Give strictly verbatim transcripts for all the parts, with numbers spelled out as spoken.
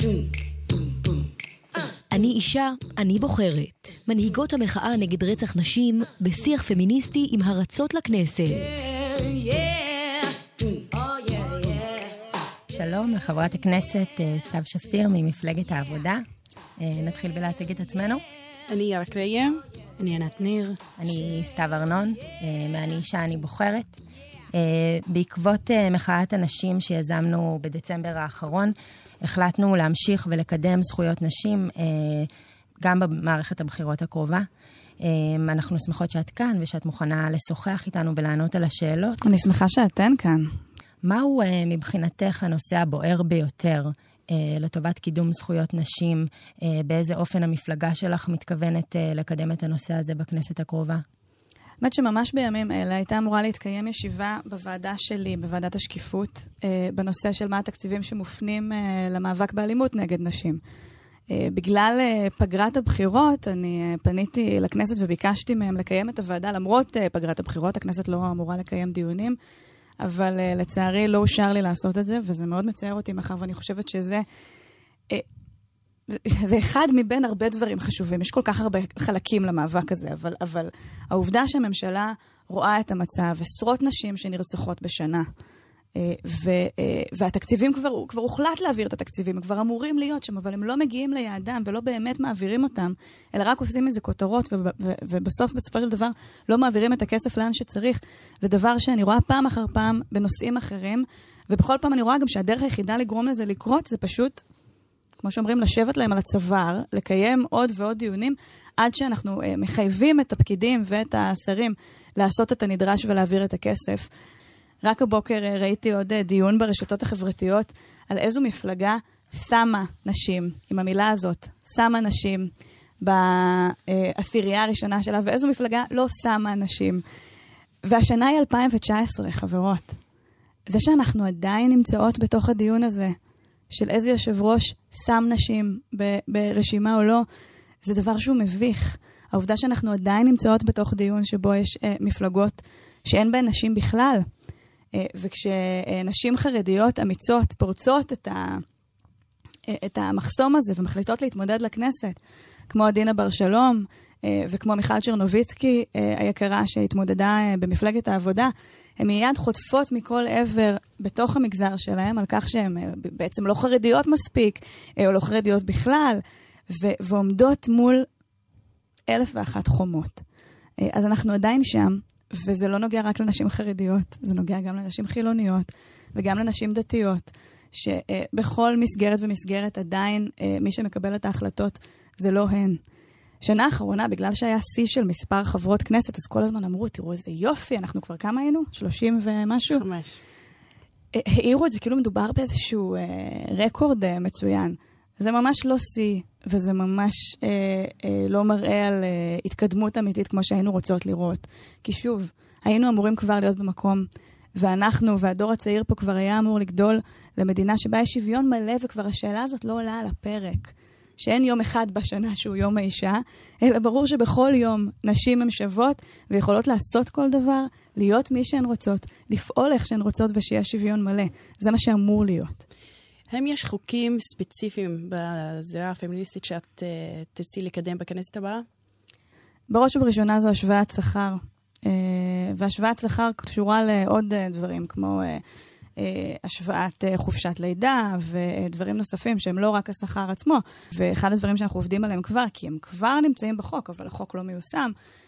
אני אישה, אני בוחרת. מנהיגות המחאה נגד רצח נשים בשיח פמיניסטי עם הרצות לכנסת. שלום לחברת הכנסת סתיו שפיר ממפלגת העבודה. נתחיל בלהציג את עצמנו. אני ירק ראיה. אני ענת ניר. אני סתיו ארנון, מאני אישה, אני בוחרת. בעקבות מחאת הנשים שיזמנו בדצמבר האחרון, החלטנו להמשיך ולקדם זכויות נשים גם במערכת הבחירות הקרובה. אנחנו שמחות שאת כאן ושאת מוכנה לשוחח איתנו ולענות על השאלות. אני שמחה שאתן כאן. מהו מבחינתך הנושא הבוער ביותר לטובת קידום זכויות נשים? באיזה אופן המפלגה שלך מתכוונת לקדם את הנושא הזה בכנסת הקרובה? האמת שממש בימים אלה הייתה אמורה להתקיים ישיבה בוועדה שלי, בוועדת השקיפות, בנושא של מה התקציבים שמופנים למאבק באלימות נגד נשים. בגלל פגרת הבחירות, אני פניתי לכנסת וביקשתי מהם לקיים את הוועדה, למרות פגרת הבחירות, הכנסת לא אמורה לקיים דיונים, אבל לצערי לא אושר לי לעשות את זה, וזה מאוד מצער אותי מאחר, ואני חושבת שזה זה אחד מבין הרבה דברים חשובים. יש כל כך הרבה חלקים למאבק הזה, אבל, אבל העובדה שהממשלה רואה את המצב, עשרות נשים שנרצחות בשנה, ו, והתקציבים כבר, כבר הוחלט להעביר את התקציבים, הם כבר אמורים להיות שם, אבל הם לא מגיעים ליעדם ולא באמת מעבירים אותם, אלא רק עושים איזה כותרות, ובסוף, בסופו של דבר, לא מעבירים את הכסף לאן שצריך. זה דבר שאני רואה פעם אחר פעם בנושאים אחרים, ובכל פעם אני רואה גם שהדרך היחידה לגרום לזה לקרות, זה פשוט כמו שאומרים, לשבת להם על הצוואר, לקיים עוד ועוד דיונים, עד שאנחנו אה, מחייבים את הפקידים ואת השרים לעשות את הנדרש ולהעביר את הכסף. רק הבוקר אה, ראיתי עוד אה, דיון ברשתות החברתיות, על איזו מפלגה שמה נשים, עם המילה הזאת, שמה נשים בעשירייה הראשונה שלה, ואיזו מפלגה לא שמה נשים. והשנה היא אלפיים תשע עשרה, חברות. זה שאנחנו עדיין נמצאות בתוך הדיון הזה, של איזה יושב ראש שם נשים ב- ברשימה או לא, זה דבר שהוא מביך. העובדה שאנחנו עדיין נמצאות בתוך דיון שבו יש אה, מפלגות שאין בהן נשים בכלל, אה, וכשנשים חרדיות אמיצות פורצות את, ה- אה, את המחסום הזה ומחליטות להתמודד לכנסת, כמו עדינה בר שלום, אה, וכמו מיכל צ'רנוביצקי אה, היקרה שהתמודדה אה, במפלגת העבודה, הן מיד חוטפות מכל עבר בתוך המגזר שלהם, על כך שהן בעצם לא חרדיות מספיק, או לא חרדיות בכלל, ו- ועומדות מול אלף ואחת חומות. אז אנחנו עדיין שם, וזה לא נוגע רק לנשים חרדיות, זה נוגע גם לנשים חילוניות, וגם לנשים דתיות, שבכל מסגרת ומסגרת עדיין מי שמקבל את ההחלטות זה לא הן. שנה האחרונה, בגלל שהיה שיא של מספר חברות כנסת, אז כל הזמן אמרו, תראו איזה יופי, אנחנו כבר כמה היינו? שלושים ומשהו? חמש. העירו את זה, כאילו מדובר באיזשהו אה, רקורד אה, מצוין. זה ממש לא שיא, וזה ממש אה, אה, לא מראה על אה, התקדמות אמיתית כמו שהיינו רוצות לראות. כי שוב, היינו אמורים כבר להיות במקום, ואנחנו והדור הצעיר פה כבר היה אמור לגדול למדינה שבה יש שוויון מלא, וכבר השאלה הזאת לא עולה על הפרק. שאין יום אחד בשנה שהוא יום האישה, אלא ברור שבכל יום נשים הן שוות ויכולות לעשות כל דבר, להיות מי שהן רוצות, לפעול איך שהן רוצות ושיהיה שוויון מלא. זה מה שאמור להיות. הם יש חוקים ספציפיים בזירה הפמיניסטית שאת uh, תרצי לקדם בכנסת הבאה? בראש ובראשונה זו השוואת שכר. Uh, והשוואת שכר קשורה לעוד uh, דברים, כמו Uh, השוואת חופשת לידה ודברים נוספים שהם לא רק השכר עצמו. ואחד הדברים שאנחנו עובדים עליהם כבר, כי הם כבר נמצאים בחוק, אבל החוק לא מיושם,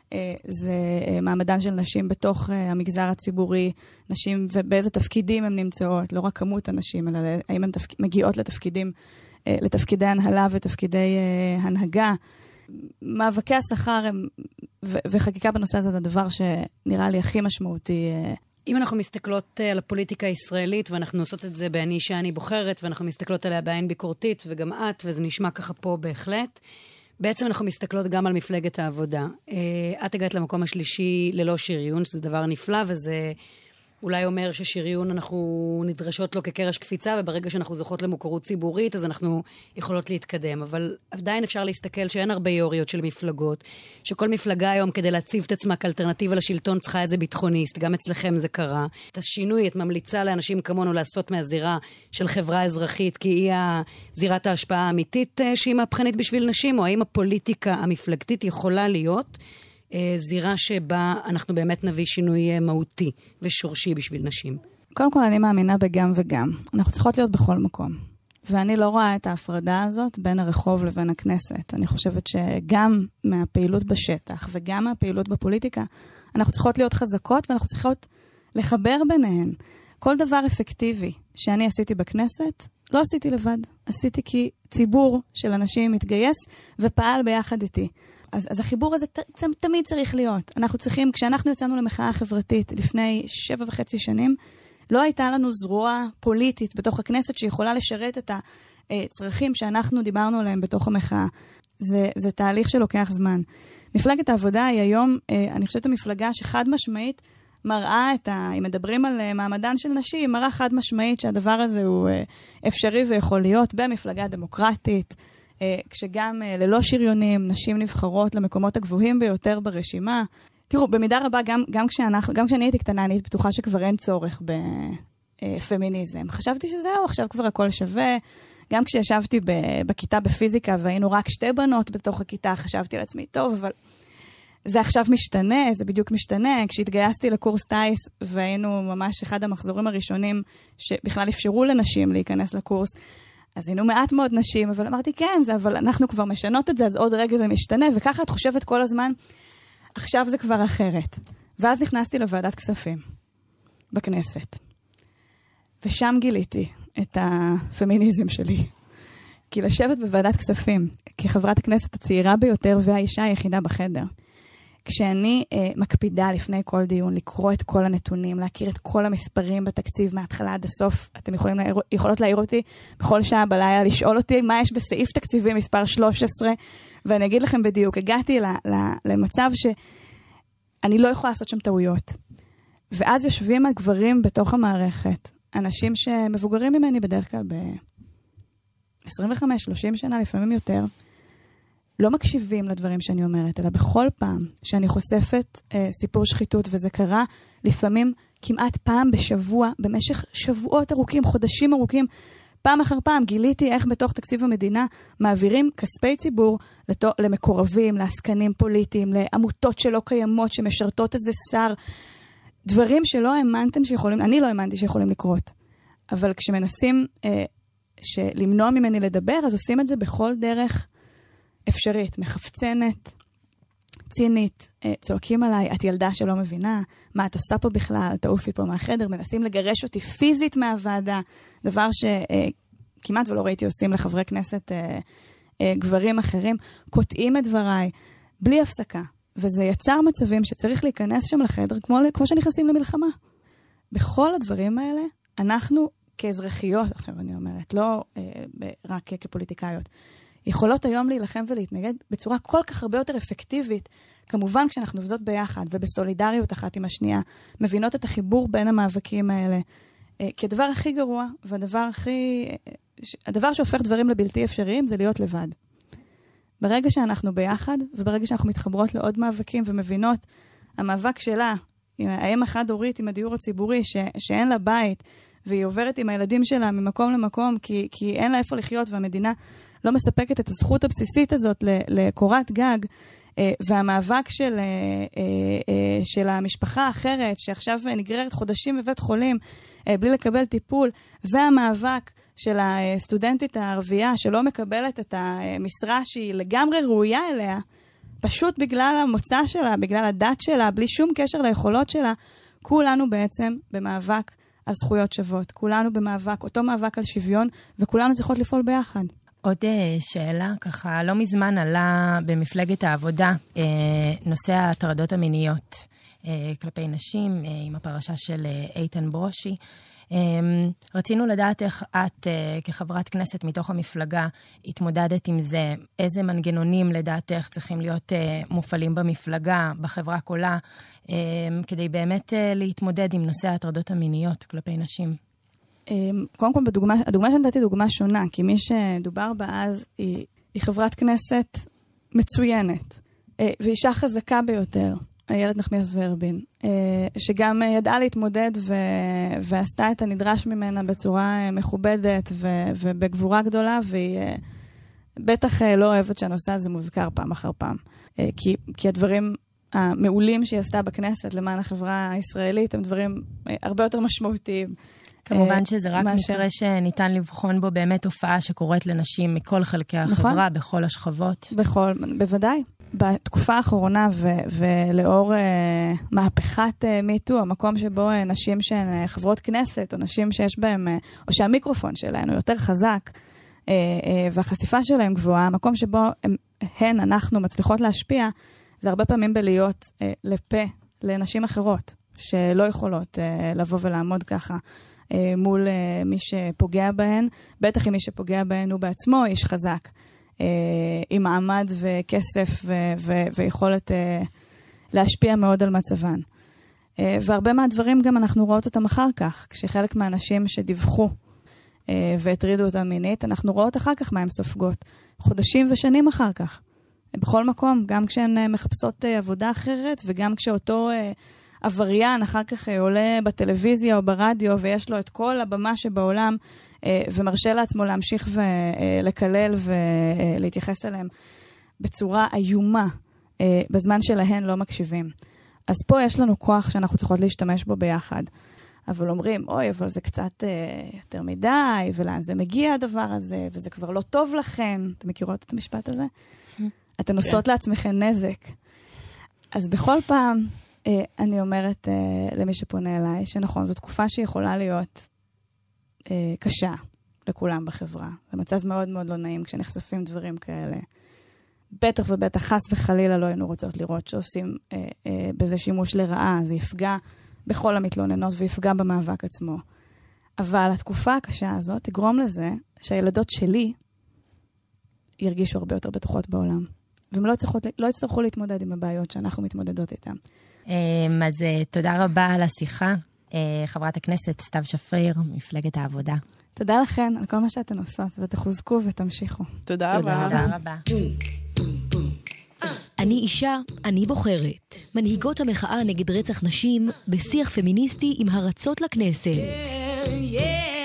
זה מעמדן של נשים בתוך המגזר הציבורי, נשים ובאיזה תפקידים הן נמצאות, לא רק כמות הנשים, אלא האם הן תפק... מגיעות לתפקידים, לתפקידי הנהלה ותפקידי הנהגה. מאבקי השכר הם, ו... וחקיקה בנושא הזה זה הדבר שנראה לי הכי משמעותי. אם אנחנו מסתכלות על הפוליטיקה הישראלית, ואנחנו עושות את זה בעני שאני בוחרת, ואנחנו מסתכלות עליה בעין ביקורתית, וגם את, וזה נשמע ככה פה בהחלט, בעצם אנחנו מסתכלות גם על מפלגת העבודה. את הגעת למקום השלישי ללא שריון, שזה דבר נפלא, וזה אולי אומר ששריון אנחנו נדרשות לו כקרש קפיצה, וברגע שאנחנו זוכות למוכרות ציבורית, אז אנחנו יכולות להתקדם. אבל עדיין אפשר להסתכל שאין הרבה יוריות של מפלגות, שכל מפלגה היום כדי להציב את עצמה כאלטרנטיבה לשלטון צריכה איזה ביטחוניסט, גם אצלכם זה קרה. את השינוי, את ממליצה לאנשים כמונו לעשות מהזירה של חברה אזרחית, כי היא זירת ההשפעה האמיתית שהיא מהפכנית בשביל נשים, או האם הפוליטיקה המפלגתית יכולה להיות זירה שבה אנחנו באמת נביא שינוי מהותי ושורשי בשביל נשים? קודם כל אני מאמינה בגם וגם. אנחנו צריכות להיות בכל מקום. ואני לא רואה את ההפרדה הזאת בין הרחוב לבין הכנסת. אני חושבת שגם מהפעילות בשטח וגם מהפעילות בפוליטיקה, אנחנו צריכות להיות חזקות ואנחנו צריכות לחבר ביניהן. כל דבר אפקטיבי שאני עשיתי בכנסת, לא עשיתי לבד. עשיתי כי ציבור של אנשים מתגייס ופעל ביחד איתי. אז, אז החיבור הזה ת, ת, תמיד צריך להיות. אנחנו צריכים, כשאנחנו יצאנו למחאה חברתית לפני שבע וחצי שנים, לא הייתה לנו זרוע פוליטית בתוך הכנסת שיכולה לשרת את הצרכים שאנחנו דיברנו עליהם בתוך המחאה. זה, זה תהליך שלוקח זמן. מפלגת העבודה היא היום, אני חושבת המפלגה שחד משמעית מראה את ה... אם מדברים על מעמדן של נשים, מראה חד משמעית שהדבר הזה הוא אפשרי ויכול להיות במפלגה דמוקרטית, כשגם ללא שריונים, נשים נבחרות למקומות הגבוהים ביותר ברשימה. תראו, במידה רבה, גם, גם, כשאנחנו, גם כשאני הייתי קטנה, אני הייתי בטוחה שכבר אין צורך בפמיניזם. חשבתי שזהו, עכשיו כבר הכל שווה. גם כשישבתי בכיתה בפיזיקה והיינו רק שתי בנות בתוך הכיתה, חשבתי לעצמי, טוב, אבל זה עכשיו משתנה, זה בדיוק משתנה. כשהתגייסתי לקורס טייס והיינו ממש אחד המחזורים הראשונים שבכלל אפשרו לנשים להיכנס לקורס, אז היינו מעט מאוד נשים, אבל אמרתי, כן, זה, אבל אנחנו כבר משנות את זה, אז עוד רגע זה משתנה, וככה את חושבת כל הזמן, עכשיו זה כבר אחרת. ואז נכנסתי לוועדת כספים, בכנסת. ושם גיליתי את הפמיניזם שלי. כי לשבת בוועדת כספים, כחברת הכנסת הצעירה ביותר והאישה היחידה בחדר, כשאני אה, מקפידה לפני כל דיון, לקרוא את כל הנתונים, להכיר את כל המספרים בתקציב מההתחלה עד הסוף, אתם יכולים להעיר, יכולות להעיר אותי בכל שעה בלילה, לשאול אותי מה יש בסעיף תקציבי מספר שלוש עשרה, ואני אגיד לכם בדיוק, הגעתי ל, ל, למצב שאני לא יכולה לעשות שם טעויות. ואז יושבים הגברים בתוך המערכת, אנשים שמבוגרים ממני בדרך כלל ב-עשרים וחמש שלושים שנה, לפעמים יותר, לא מקשיבים לדברים שאני אומרת, אלא בכל פעם שאני חושפת אה, סיפור שחיתות, וזה קרה לפעמים כמעט פעם בשבוע, במשך שבועות ארוכים, חודשים ארוכים, פעם אחר פעם גיליתי איך בתוך תקציב המדינה מעבירים כספי ציבור לתו, למקורבים, לעסקנים פוליטיים, לעמותות שלא קיימות, שמשרתות איזה שר, דברים שלא האמנתם שיכולים, אני לא האמנתי שיכולים לקרות. אבל כשמנסים אה, למנוע ממני לדבר, אז עושים את זה בכל דרך אפשרית, מחפצנת, צינית, צועקים עליי, את ילדה שלא מבינה, מה את עושה פה בכלל, תעופי פה מהחדר, מנסים לגרש אותי פיזית מהוועדה, דבר שכמעט ולא ראיתי עושים לחברי כנסת גברים אחרים, קוטעים את דבריי, בלי הפסקה, וזה יצר מצבים שצריך להיכנס שם לחדר, כמו, כמו שנכנסים למלחמה. בכל הדברים האלה, אנחנו כאזרחיות, עכשיו אני אומרת, לא רק כפוליטיקאיות, יכולות היום להילחם ולהתנגד בצורה כל כך הרבה יותר אפקטיבית, כמובן כשאנחנו עובדות ביחד ובסולידריות אחת עם השנייה, מבינות את החיבור בין המאבקים האלה, כי הדבר הכי גרוע, והדבר הכי, הדבר שהופך דברים לבלתי אפשריים, זה להיות לבד. ברגע שאנחנו ביחד, וברגע שאנחנו מתחברות לעוד מאבקים ומבינות, המאבק שלה, עם האם החד הורית, עם הדיור הציבורי, ש, שאין לה בית, והיא עוברת עם הילדים שלה ממקום למקום, כי, כי אין לה איפה לחיות, והמדינה לא מספקת את הזכות הבסיסית הזאת לקורת גג, והמאבק של, של המשפחה האחרת, שעכשיו נגררת חודשים בבית חולים, בלי לקבל טיפול, והמאבק של הסטודנטית הערבייה, שלא מקבלת את המשרה שהיא לגמרי ראויה אליה, פשוט בגלל המוצא שלה, בגלל הדת שלה, בלי שום קשר ליכולות שלה, כולנו בעצם במאבק על זכויות שוות. כולנו במאבק, אותו מאבק על שוויון, וכולנו צריכות לפעול ביחד. עוד שאלה, ככה, לא מזמן עלה במפלגת העבודה נושא ההטרדות המיניות כלפי נשים, עם הפרשה של איתן ברושי. רצינו לדעת איך את, כחברת כנסת מתוך המפלגה, התמודדת עם זה, איזה מנגנונים לדעתך צריכים להיות מופעלים במפלגה, בחברה כולה, כדי באמת להתמודד עם נושא ההטרדות המיניות כלפי נשים. קודם כל, בדוגמה, הדוגמה שנתתי דוגמה שונה, כי מי שדובר בה אז היא, היא חברת כנסת מצוינת, ואישה חזקה ביותר, איילת נחמיאס ורבין, שגם ידעה להתמודד ו... ועשתה את הנדרש ממנה בצורה מכובדת ו... ובגבורה גדולה, והיא בטח לא אוהבת שהנושא הזה מוזכר פעם אחר פעם. כי, כי הדברים המעולים שהיא עשתה בכנסת למען החברה הישראלית הם דברים הרבה יותר משמעותיים. כמובן שזה רק מקרה שניתן לבחון בו באמת תופעה שקורית לנשים מכל חלקי החברה, בכל השכבות. בכל, בוודאי. בתקופה האחרונה ו- ולאור uh, מהפכת uh, מיטו, המקום שבו uh, נשים שהן uh, חברות כנסת, או נשים שיש בהן, uh, או שהמיקרופון שלהן הוא יותר חזק, uh, uh, והחשיפה שלהן גבוהה, המקום שבו הם, הן, אנחנו מצליחות להשפיע, זה הרבה פעמים בלהיות uh, לפה לנשים אחרות, שלא יכולות uh, לבוא ולעמוד ככה uh, מול uh, מי שפוגע בהן, בטח אם מי שפוגע בהן הוא בעצמו איש חזק. עם מעמד וכסף ו- ו- ויכולת uh, להשפיע מאוד על מצבן. Uh, והרבה מהדברים גם אנחנו רואות אותם אחר כך, כשחלק מהאנשים שדיווחו uh, והטרידו אותם מינית, אנחנו רואות אחר כך מה הם סופגות, חודשים ושנים אחר כך. בכל מקום, גם כשהן uh, מחפשות uh, עבודה אחרת, וגם כשאותו uh, עבריין אחר כך uh, עולה בטלוויזיה או ברדיו, ויש לו את כל הבמה שבעולם, ומרשה לעצמו להמשיך ולקלל ולהתייחס אליהם בצורה איומה, בזמן שלהן לא מקשיבים. אז פה יש לנו כוח שאנחנו צריכות להשתמש בו ביחד. אבל אומרים, אוי, אבל זה קצת יותר מדי, ולאן זה מגיע הדבר הזה, וזה כבר לא טוב לכן. אתם מכירות את המשפט הזה? אתן עושות לעצמכן נזק. אז בכל פעם אני אומרת למי שפונה אליי, שנכון, זו תקופה שיכולה להיות קשה לכולם בחברה. זה מצב מאוד מאוד לא נעים כשנחשפים דברים כאלה. בטח ובטח חס וחלילה לא היינו רוצות לראות שעושים אה, אה, בזה שימוש לרעה. זה יפגע בכל המתלוננות ויפגע במאבק עצמו. אבל התקופה הקשה הזאת תגרום לזה שהילדות שלי ירגישו הרבה יותר בטוחות בעולם. והם לא יצטרכו, לא יצטרכו להתמודד עם הבעיות שאנחנו מתמודדות איתן. אז תודה רבה על השיחה. חברת הכנסת סתיו שפריר, מפלגת העבודה. תודה לכן על כל מה שאתן עושות, ותחוזקו ותמשיכו. תודה רבה. תודה רבה. אני אישה, אני בוחרת. מנהיגות המחאה נגד רצח נשים בשיח פמיניסטי עם הרצות לכנסת. Yeah, yeah.